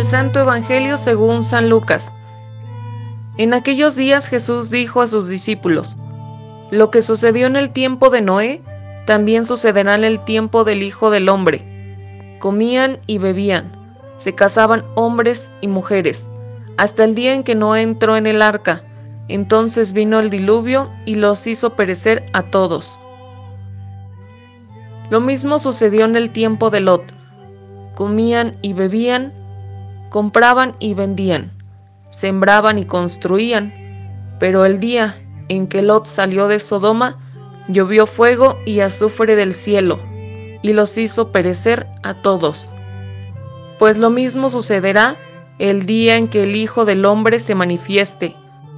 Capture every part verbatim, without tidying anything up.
Santo Evangelio según San Lucas. En aquellos días Jesús dijo a sus discípulos: Lo que sucedió en el tiempo de Noé, también sucederá en el tiempo del Hijo del Hombre. Comían y bebían, se casaban hombres y mujeres, hasta el día en que Noé entró en el arca. Entonces vino el diluvio y los hizo perecer a todos. Lo mismo sucedió en el tiempo de Lot. Comían y bebían, compraban y vendían, sembraban y construían, pero el día en que Lot salió de Sodoma, llovió fuego y azufre del cielo, y los hizo perecer a todos. Pues lo mismo sucederá el día en que el Hijo del Hombre se manifieste.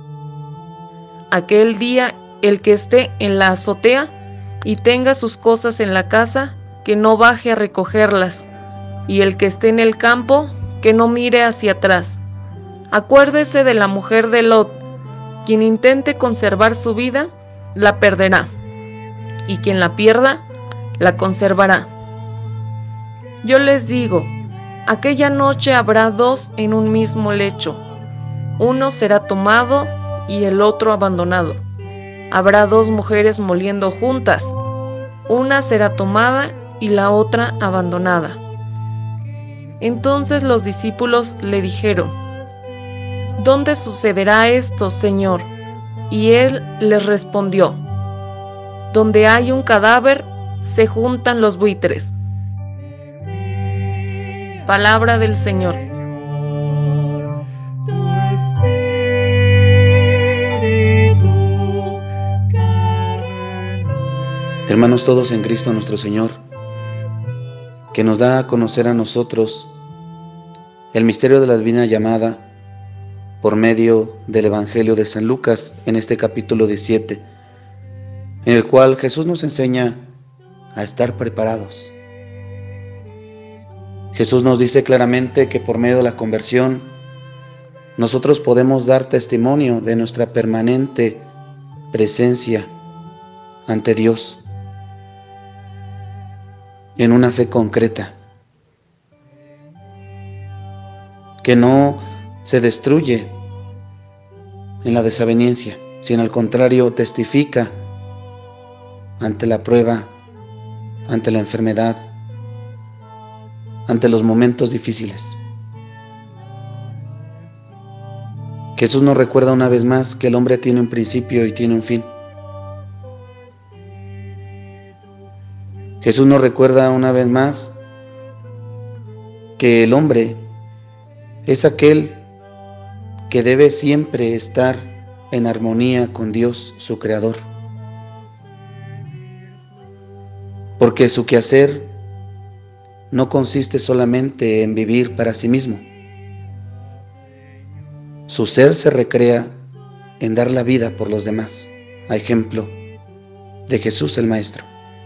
Aquel día, el que esté en la azotea y tenga sus cosas en la casa, que no baje a recogerlas, y el que esté en el campo, que no mire hacia atrás. Acuérdese de la mujer de Lot. Quien intente conservar su vida, la perderá, y quien la pierda, la conservará. Yo les digo, aquella noche habrá dos en un mismo lecho. Uno será tomado y el otro abandonado. Habrá dos mujeres moliendo juntas. Una será tomada y la otra abandonada. Entonces los discípulos le dijeron: ¿Dónde sucederá esto, Señor? Y él les respondió: Donde hay un cadáver, se juntan los buitres. Palabra del Señor. Hermanos todos en Cristo nuestro Señor, que nos da a conocer a nosotros el misterio de la divina llamada por medio del Evangelio de San Lucas en este capítulo diecisiete, en el cual Jesús nos enseña a estar preparados. Jesús nos dice claramente que por medio de la conversión nosotros podemos dar testimonio de nuestra permanente presencia ante Dios en una fe concreta, que no se destruye en la desaveniencia, sino al contrario testifica ante la prueba, ante la enfermedad, ante los momentos difíciles. Jesús nos recuerda una vez más que el hombre tiene un principio y tiene un fin. Jesús nos recuerda una vez más que el hombre es aquel que debe siempre estar en armonía con Dios, su Creador. Porque su quehacer no consiste solamente en vivir para sí mismo. Su ser se recrea en dar la vida por los demás, a ejemplo de Jesús el Maestro.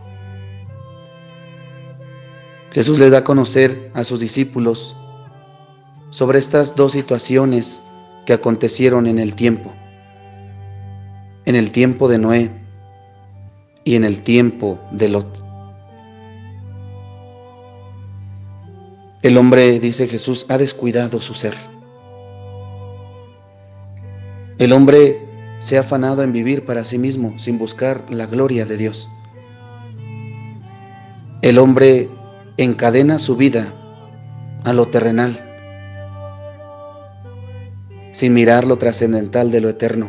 Jesús les da a conocer a sus discípulos sobre estas dos situaciones que acontecieron en el tiempo, en el tiempo de Noé y en el tiempo de Lot. El hombre, dice Jesús, ha descuidado su ser. El hombre se ha afanado en vivir para sí mismo sin buscar la gloria de Dios. El hombre encadena su vida a lo terrenal, sin mirar lo trascendental de lo eterno.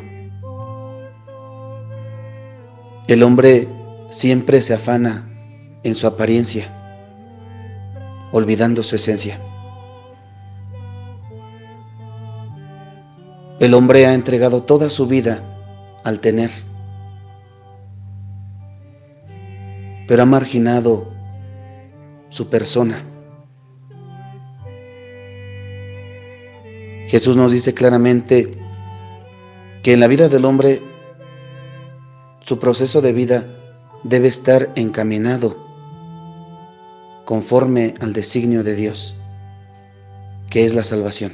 El hombre siempre se afana en su apariencia, olvidando su esencia. El hombre ha entregado toda su vida al tener, pero ha marginado su persona. Jesús nos dice claramente que en la vida del hombre su proceso de vida debe estar encaminado conforme al designio de Dios, que es la salvación.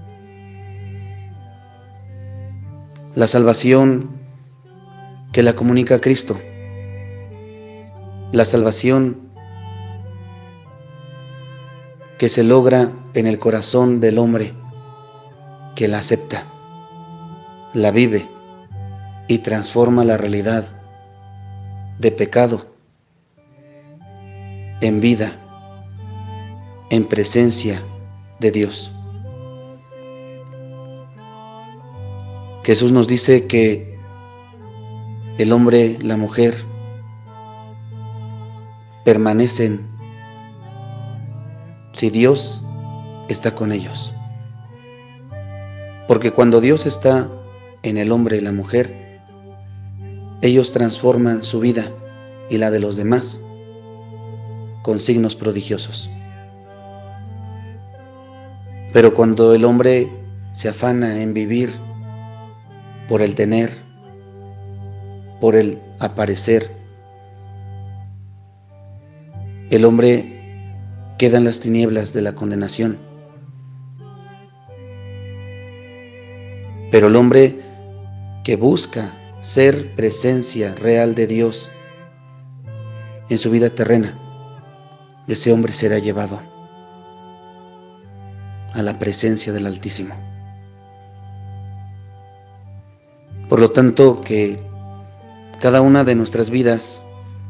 La salvación que la comunica Cristo, la salvación que se logra en el corazón del hombre que la acepta, la vive y transforma la realidad de pecado en vida, en presencia de Dios. Jesús nos dice que el hombre, la mujer, permanecen si Dios está con ellos. Porque cuando Dios está en el hombre y la mujer, ellos transforman su vida y la de los demás con signos prodigiosos. Pero cuando el hombre se afana en vivir por el tener, por el aparecer, el hombre queda en las tinieblas de la condenación. Pero el hombre que busca ser presencia real de Dios en su vida terrena, ese hombre será llevado a la presencia del Altísimo. Por lo tanto, que cada una de nuestras vidas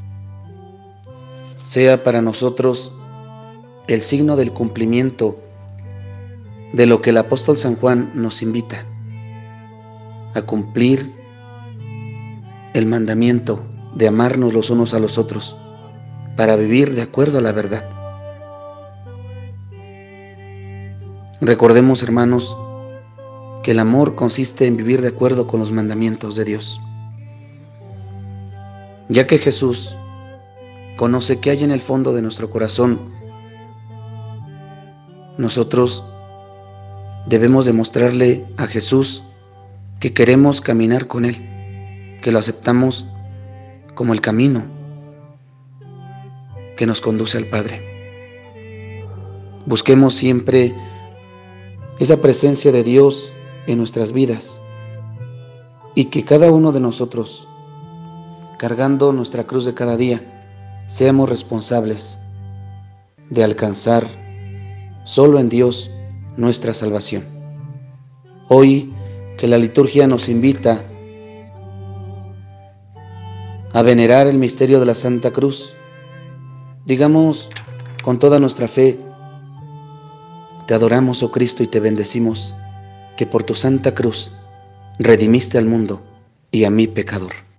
sea para nosotros el signo del cumplimiento de lo que el apóstol San Juan nos invita a cumplir, el mandamiento de amarnos los unos a los otros para vivir de acuerdo a la verdad. Recordemos, hermanos, que el amor consiste en vivir de acuerdo con los mandamientos de Dios. Ya que Jesús conoce qué hay en el fondo de nuestro corazón, nosotros debemos demostrarle a Jesús que queremos caminar con Él, que lo aceptamos como el camino que nos conduce al Padre. Busquemos siempre esa presencia de Dios en nuestras vidas y que cada uno de nosotros, cargando nuestra cruz de cada día, seamos responsables de alcanzar solo en Dios nuestra salvación. Hoy que la liturgia nos invita a venerar el misterio de la Santa Cruz, digamos con toda nuestra fe: te adoramos, oh Cristo, y te bendecimos, que por tu Santa Cruz redimiste al mundo y a mí, pecador.